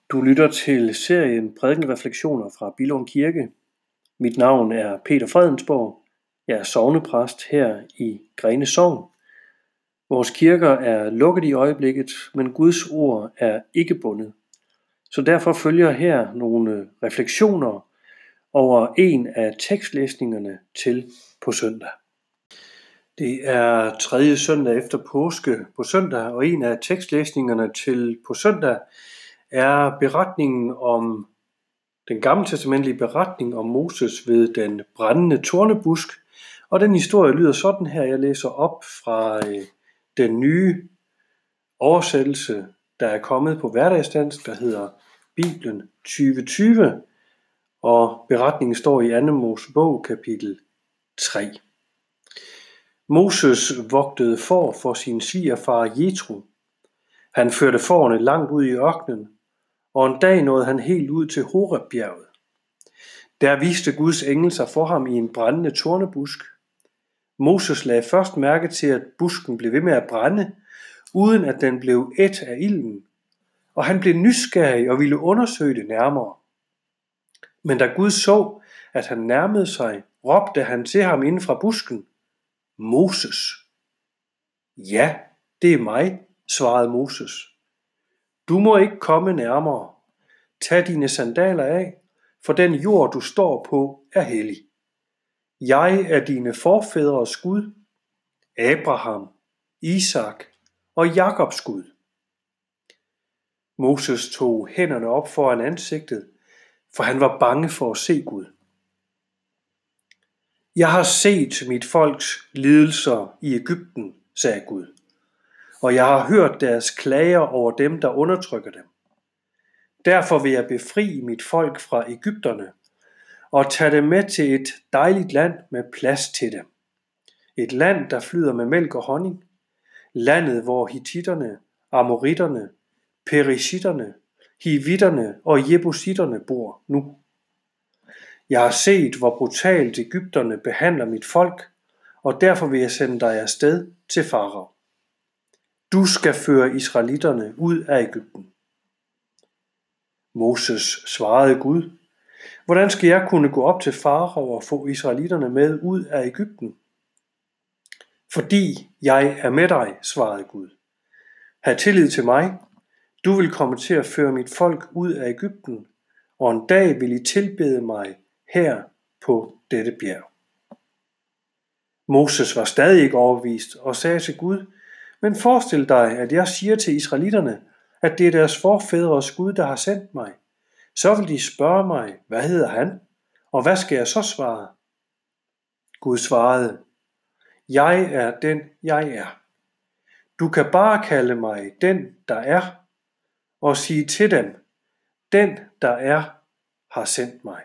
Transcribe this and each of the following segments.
Du lytter til serien Prædikenrefleksioner fra Billund Kirke. Mit navn er Peter Fredensborg. Jeg er sognepræst her i Grene Sogn. Vores kirker er lukket i øjeblikket, men Guds ord er ikke bundet. Så derfor følger her nogle refleksioner over en af tekstlæsningerne til på søndag. Det er 3. søndag efter påske på søndag, og en af tekstlæsningerne til på søndag er beretningen om den gammeltestamentlige beretning om Moses ved den brændende tornebusk. Og den historie lyder sådan her. Jeg læser op fra den nye oversættelse, der er kommet på hverdagsdansk, der hedder Bibelen 2020. Og beretningen står i 2. Mosebog kapitel 3. Moses vogtede får for sin svigerfar Jetro. Han førte fårene langt ud i ørkenen, og en dag nåede han helt ud til Horeb-bjerget. Der viste Guds engel sig for ham i en brændende tornebusk. Moses lagde først mærke til, at busken blev ved med at brænde, uden at den blev ædt af ilden, og han blev nysgerrig og ville undersøge det nærmere. Men da Gud så, at han nærmede sig, råbte han til ham inden fra busken: Moses. Ja, det er mig, svarede Moses. Du må ikke komme nærmere. Tag dine sandaler af, for den jord, du står på, er hellig. Jeg er dine forfædres Gud, Abraham, Isak og Jakobs Gud. Moses tog hænderne op foran ansigtet, for han var bange for at se Gud. Jeg har set mit folks lidelser i Egypten, sagde Gud, og jeg har hørt deres klager over dem, der undertrykker dem. Derfor vil jeg befri mit folk fra Egypterne og tage dem med til et dejligt land med plads til dem. Et land, der flyder med mælk og honning. Landet, hvor hittitterne, amoritterne, perishitterne, hivitterne og jebusitterne bor nu. Jeg har set, hvor brutalt Egypterne behandler mit folk, og derfor vil jeg sende dig afsted til Farao. Du skal føre israelitterne ud af Egypten. Moses svarede Gud: Hvordan skal jeg kunne gå op til Farao og få israelitterne med ud af Egypten? Fordi jeg er med dig, svarede Gud. Ha' tillid til mig. Du vil komme til at føre mit folk ud af Egypten, og en dag vil I tilbede mig her på dette bjerg. Moses var stadig ikke overbevist og sagde til Gud: Men forestil dig, at jeg siger til israelitterne, at det er deres forfædres Gud, der har sendt mig. Så vil de spørge mig: Hvad hedder han? Og hvad skal jeg så svare? Gud svarede: Jeg er den, jeg er. Du kan bare kalde mig den, der er, og sige til dem: Den, der er, har sendt mig.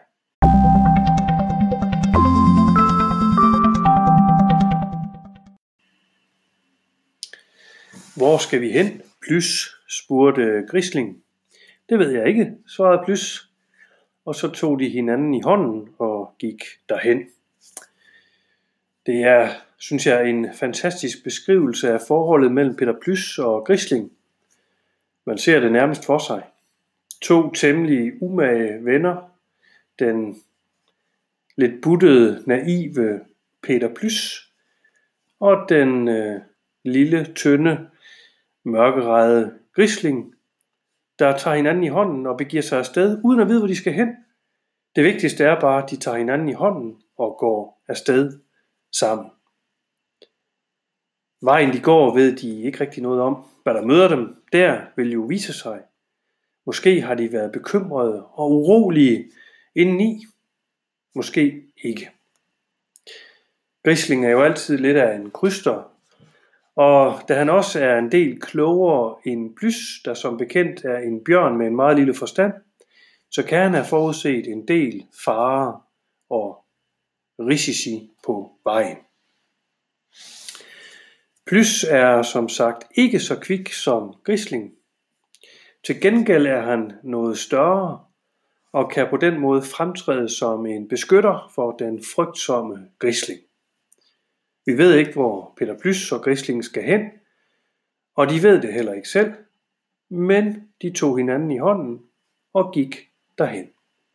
Hvor skal vi hen, Plys? Spurgte Grisling. Det ved jeg ikke, svarede Plys. Og så tog de hinanden i hånden og gik derhen. Det er, synes jeg, en fantastisk beskrivelse af forholdet mellem Peter Plys og Grisling. Man ser det nærmest for sig. 2 temmelig umage venner. Den lidt buttede, naive Peter Plys og den lille, tynde, mørkerede Grisling, der tager hinanden i hånden og begiver sig afsted, uden at vide, hvor de skal hen. Det vigtigste er bare, at de tager hinanden i hånden og går afsted sammen. Vejen de går, ved de ikke rigtig noget om. Hvad der møder dem der, vil jo vise sig. Måske har de været bekymrede og urolige indeni. Måske ikke. Grisling er jo altid lidt af en kryster, og da han også er en del klogere end Plys, der som bekendt er en bjørn med en meget lille forstand, så kan han have forudset en del farer og risici på vejen. Plys er som sagt ikke så kvik som Grisling. Til gengæld er han noget større og kan på den måde fremtræde som en beskytter for den frygtsomme Grisling. Vi ved ikke, hvor Peter Plys og Grisling skal hen, og de ved det heller ikke selv, men de tog hinanden i hånden og gik derhen.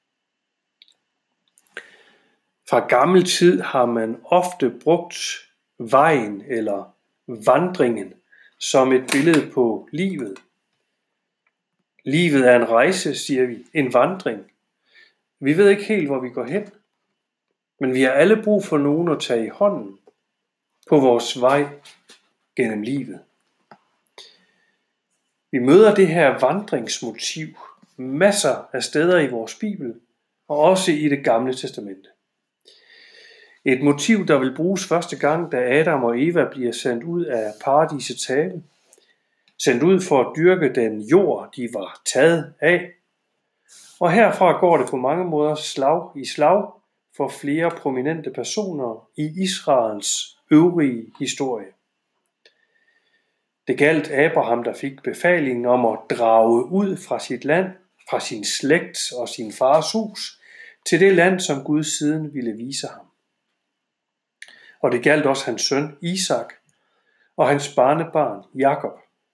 Fra gammel tid har man ofte brugt vejen eller vandringen som et billede på livet. Livet er en rejse, siger vi, en vandring. Vi ved ikke helt, hvor vi går hen, men vi har alle brug for nogen at tage i hånden på vores vej gennem livet. Vi møder det her vandringsmotiv masser af steder i vores Bibel, og også i Det Gamle Testamente. Et motiv, der vil bruges første gang, da Adam og Eva bliver sendt ud af paradisets have. Sendt ud for at dyrke den jord, de var taget af. Og herfra går det på mange måder slag i slag for flere prominente personer i Israels øvrige historie. Det galt Abraham, der fik befalingen om at drage ud fra sit land, fra sin slægt og sin fars hus, til det land, som Gud siden ville vise ham. Og det galt også hans søn Isak og hans barnebarn Jakob.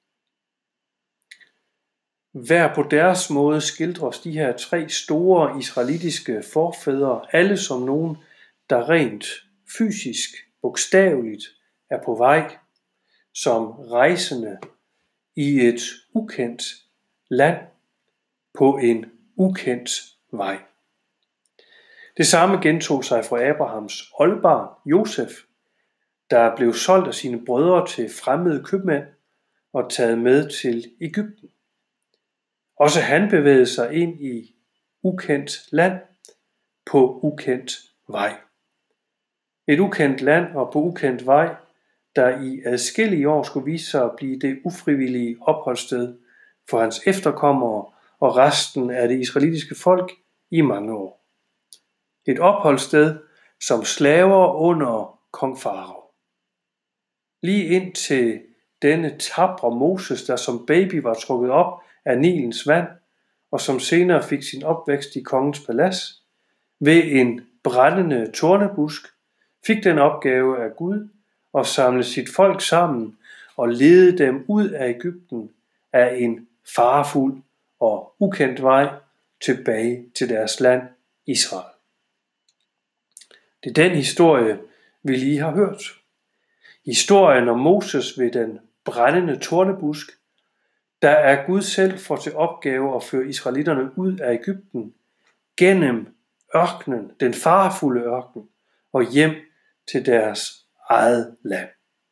Hver på deres måde skildres de her 3 store israelitiske forfædre, alle som nogen, der rent fysisk, bogstaveligt er på vej, som rejsende i et ukendt land på en ukendt vej. Det samme gentog sig fra Abrahams oldbarn Josef, der blev solgt af sine brødre til fremmede købmænd og taget med til Egypten. Også han bevægede sig ind i ukendt land på ukendt vej. Et ukendt land og på ukendt vej, der i adskillige år skulle vise sig at blive det ufrivillige opholdssted for hans efterkommere og resten af det israelitiske folk i mange år. Et opholdssted som slaver under kong Farao. Lige indtil denne tapre Moses, der som baby var trukket op af Nilens vand, og som senere fik sin opvækst i kongens palads, ved en brændende tornebusk, fik den opgave af Gud at samle sit folk sammen og lede dem ud af Egypten af en farefuld og ukendt vej tilbage til deres land Israel. Det er den historie, vi lige har hørt. Historien om Moses ved den brændende tornebusk, der er Gud selv får til opgave at føre israelitterne ud af Egypten gennem ørkenen, den farefulde ørken, og hjem til deres eget land.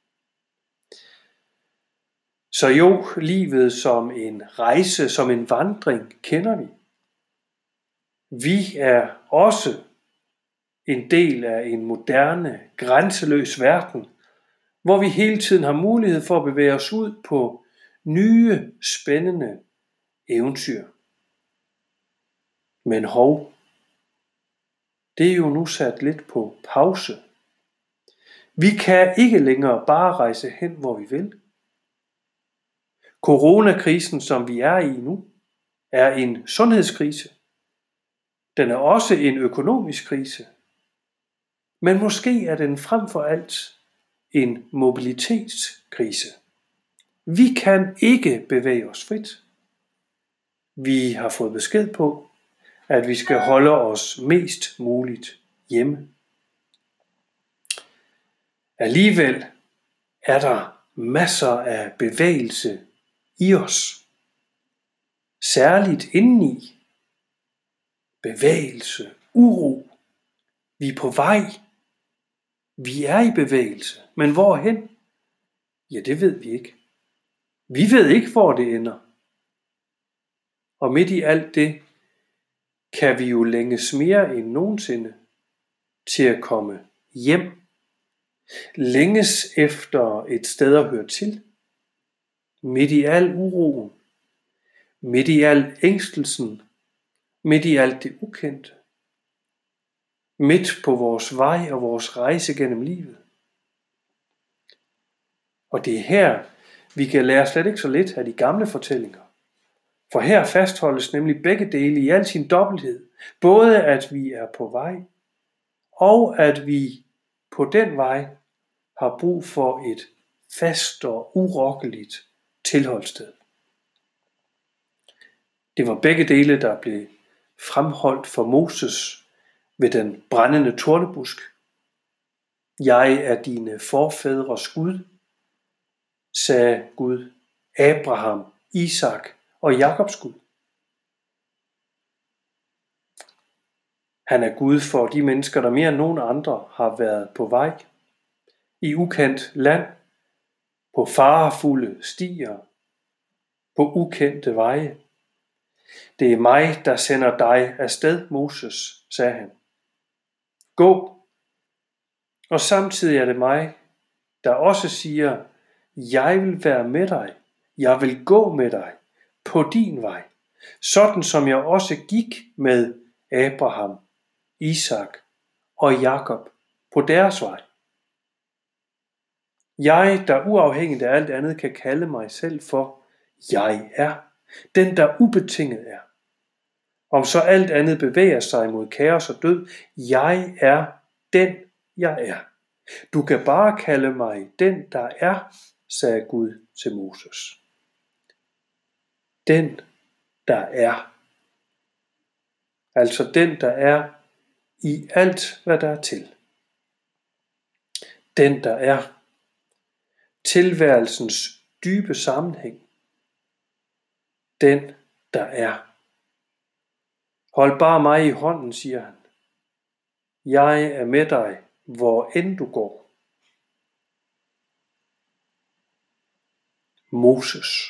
Så jo, livet som en rejse, som en vandring, kender vi. Vi er også en del af en moderne, grænseløs verden, hvor vi hele tiden har mulighed for at bevæge os ud på nye, spændende eventyr. Men hov, det er jo nu sat lidt på pause. Vi kan ikke længere bare rejse hen, hvor vi vil. Coronakrisen, som vi er i nu, er en sundhedskrise. Den er også en økonomisk krise. Men måske er den frem for alt en mobilitetskrise. Vi kan ikke bevæge os frit. Vi har fået besked på, at vi skal holde os mest muligt hjemme. Alligevel er der masser af bevægelse i os. Særligt indeni. Bevægelse, uro. Vi er på vej. Vi er i bevægelse. Men hvorhen? Ja, det ved vi ikke. Vi ved ikke, hvor det ender. Og midt i alt det, kan vi jo længes mere end nogensinde til at komme hjem. Længes efter et sted at høre til. Midt i al uroen. Midt i al ængstelsen. Midt i alt det ukendte. Midt på vores vej og vores rejse gennem livet. Og det er her, vi kan lære slet ikke så lidt af de gamle fortællinger. For her fastholdes nemlig begge dele i al sin dobbelthed. Både at vi er på vej, og at vi på den vej har brug for et fast og urokkeligt tilholdssted. Det var begge dele, der blev fremholdt for Moses ved den brændende tornebusk. Jeg er dine forfædres Gud, sagde Gud, Abraham, Isak og Jakobs Gud. Han er Gud for de mennesker, der mere end nogen andre har været på vej, i ukendt land, på farefulde stier, på ukendte veje. Det er mig, der sender dig afsted, Moses, sagde han. Gå. Og samtidig er det mig, der også siger, jeg vil være med dig, jeg vil gå med dig på din vej, sådan som jeg også gik med Abraham, Isak og Jakob på deres vej. Jeg, der uafhængigt af alt andet kan kalde mig selv for, jeg er, den der ubetinget er. Om så alt andet bevæger sig mod kaos og død, jeg er den, jeg er. Du kan bare kalde mig den, der er, sagde Gud til Moses. Den, der er. Altså den, der er i alt, hvad der er til. Den, der er. Tilværelsens dybe sammenhæng. Den, der er. Hold bare mig i hånden, siger han. Jeg er med dig, hvor end du går. Moses.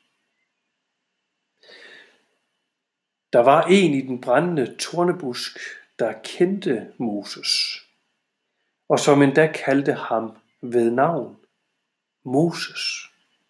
Der var en i den brændende tornebusk, der kendte Moses, og som endda kaldte ham ved navn. Moses.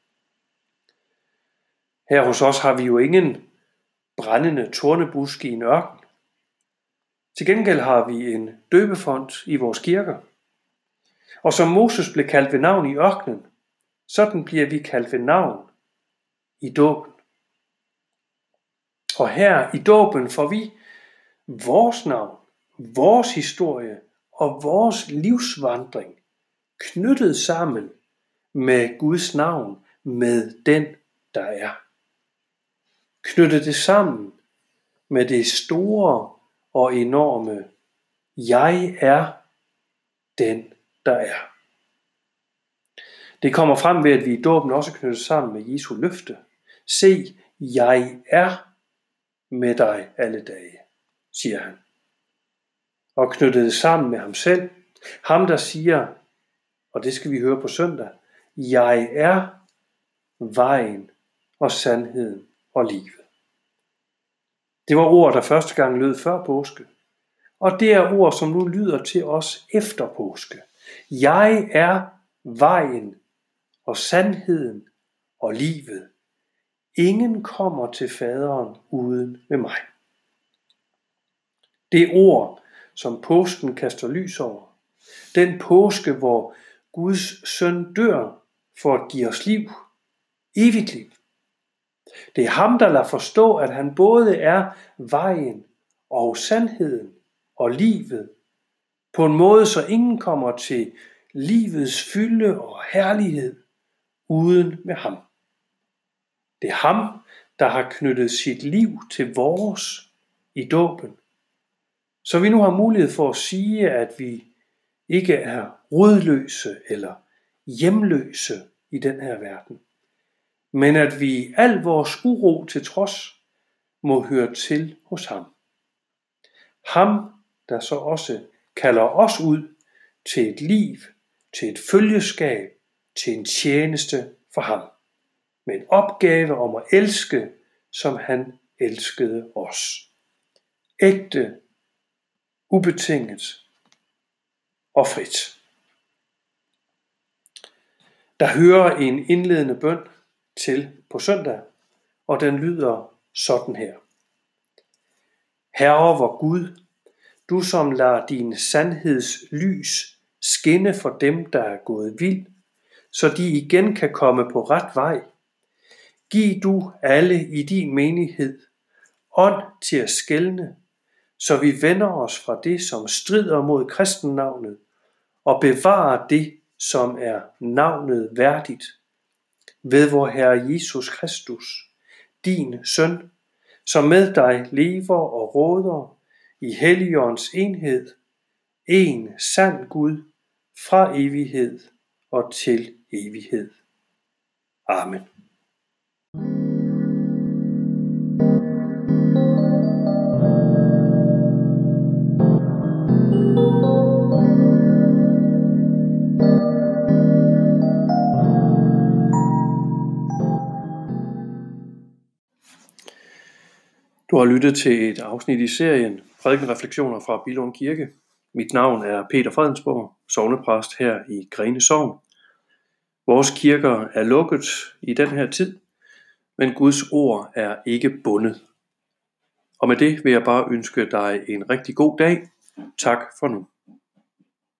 Her hos os har vi jo ingen brændende tornebusk i en ørken. Til gengæld har vi en døbefont i vores kirker. Og som Moses blev kaldt ved navn i ørkenen, sådan bliver vi kaldt ved navn i dåben. Og her i dåben får vi vores navn, vores historie og vores livsvandring knyttet sammen med Guds navn, med den, der er. Knyttet det sammen med det store og enorme, jeg er den, der er. Det kommer frem ved, at vi i dåben også knytter sammen med Jesu løfte. Se, jeg er med dig alle dage, siger han. Og knyttet det sammen med ham selv. Ham, der siger, og det skal vi høre på søndag, jeg er vejen og sandheden og livet. Det var ord, der første gang lød før påske. Og det er ord, som nu lyder til os efter påske. Jeg er vejen og sandheden og livet. Ingen kommer til faderen uden med mig. Det ord, som påsken kaster lys over. Den påske, hvor Guds søn dør for at give os liv. Evigt liv. Det er ham, der lader forstå, at han både er vejen og sandheden og livet, på en måde, så ingen kommer til livets fylde og herlighed uden med ham. Det er ham, der har knyttet sit liv til vores i dåben. Så vi nu har mulighed for at sige, at vi ikke er rodløse eller hjemløse i den her verden, men at vi al vores uro til trods må høre til hos ham. Ham, der så også kalder os ud til et liv, til et følgeskab, til en tjeneste for ham. Med en opgave om at elske, som han elskede os. Ægte, ubetinget og frit. Der hører en indledende bøn til på søndag, og den lyder sådan her. Herre vor Gud, du som lader din sandheds lys skinne for dem, der er gået vild, så de igen kan komme på ret vej. Giv du alle i din menighed ånd til at skelne, så vi vender os fra det, som strider mod kristennavnet, og bevarer det, som er navnet værdigt, ved vor Herre Jesus Kristus, din søn, som med dig lever og råder i Helligåndens enhed, en sand Gud, fra evighed og til evighed. Amen. Du har lyttet til et afsnit i serien Prædikenrefleksioner fra Billund Kirke. Mit navn er Peter Fredensborg, sognepræst her i Grene Sogn. Vores kirker er lukket i den her tid, men Guds ord er ikke bundet. Og med det vil jeg bare ønske dig en rigtig god dag. Tak for nu.